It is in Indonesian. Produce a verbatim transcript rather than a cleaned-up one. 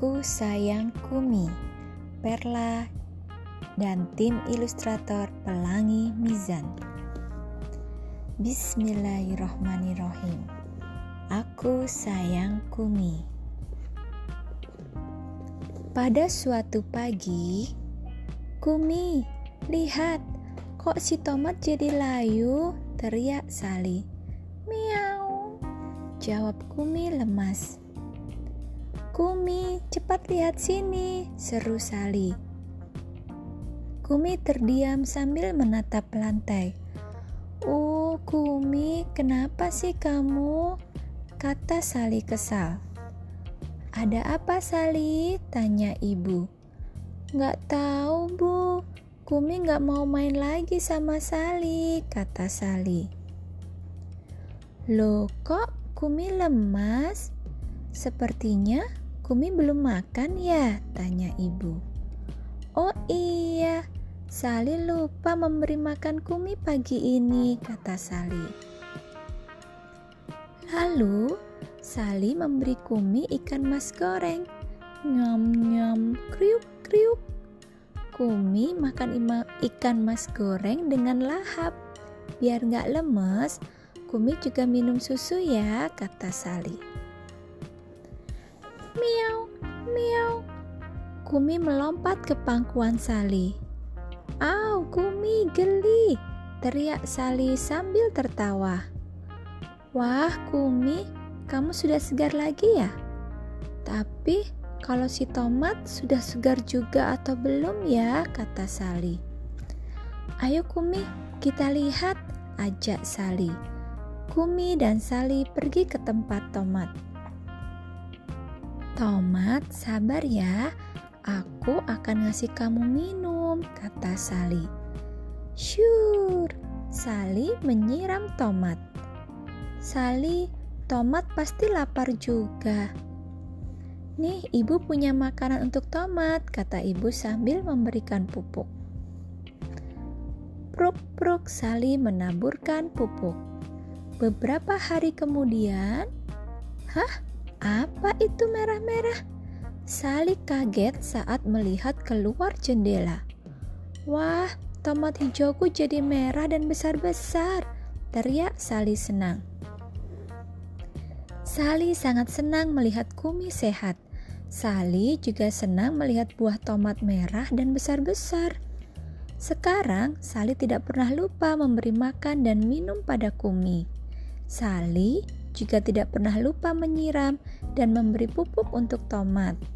Aku Sayang Kumi, Perla dan tim ilustrator Pelangi Mizan. Bismillahirrahmanirrahim. Aku sayang Kumi. Pada suatu pagi, Kumi, lihat, kok si tomat jadi layu? Teriak Sali. Miau, jawab Kumi lemas. Kumi, cepat lihat sini, seru Sali. Kumi terdiam sambil menatap lantai. Oh, Kumi, kenapa sih kamu? Kata Sali kesal. Ada apa, Sali? Tanya ibu. Nggak tahu, Bu. Kumi nggak mau main lagi sama Sali, kata Sali. Loh, kok Kumi lemas? Sepertinya Kumi belum makan ya? Tanya ibu. Oh iya, Sali lupa memberi makan Kumi pagi ini, kata Sali. Lalu Sali memberi Kumi ikan mas goreng. Nyam-nyam, kriuk-kriuk. Kumi makan ima, ikan mas goreng dengan lahap. Biar gak lemes, Kumi juga minum susu ya, kata Sali. Miau, miau. Kumi melompat ke pangkuan Sali. Au, Kumi, geli, teriak Sali sambil tertawa. Wah, Kumi, kamu sudah segar lagi ya? Tapi kalau si tomat sudah segar juga atau belum ya? Kata Sali. Ayo Kumi, kita lihat, ajak Sali. Kumi dan Sali pergi ke tempat tomat. Tomat, sabar ya, aku akan ngasih kamu minum, kata Sali. Syur, Sali menyiram tomat. Sali, tomat pasti lapar juga. Nih, ibu punya makanan untuk tomat, kata ibu sambil memberikan pupuk. Pruk-pruk, Sali menaburkan pupuk. Beberapa hari kemudian, hah? Apa itu merah-merah? Sali kaget saat melihat keluar jendela. Wah, tomat hijauku jadi merah dan besar-besar, teriak Sali senang. Sali sangat senang melihat Kumi sehat. Sali juga senang melihat buah tomat merah dan besar-besar. Sekarang Sali tidak pernah lupa memberi makan dan minum pada Kumi. Sali juga tidak pernah lupa menyiram dan memberi pupuk untuk tomat.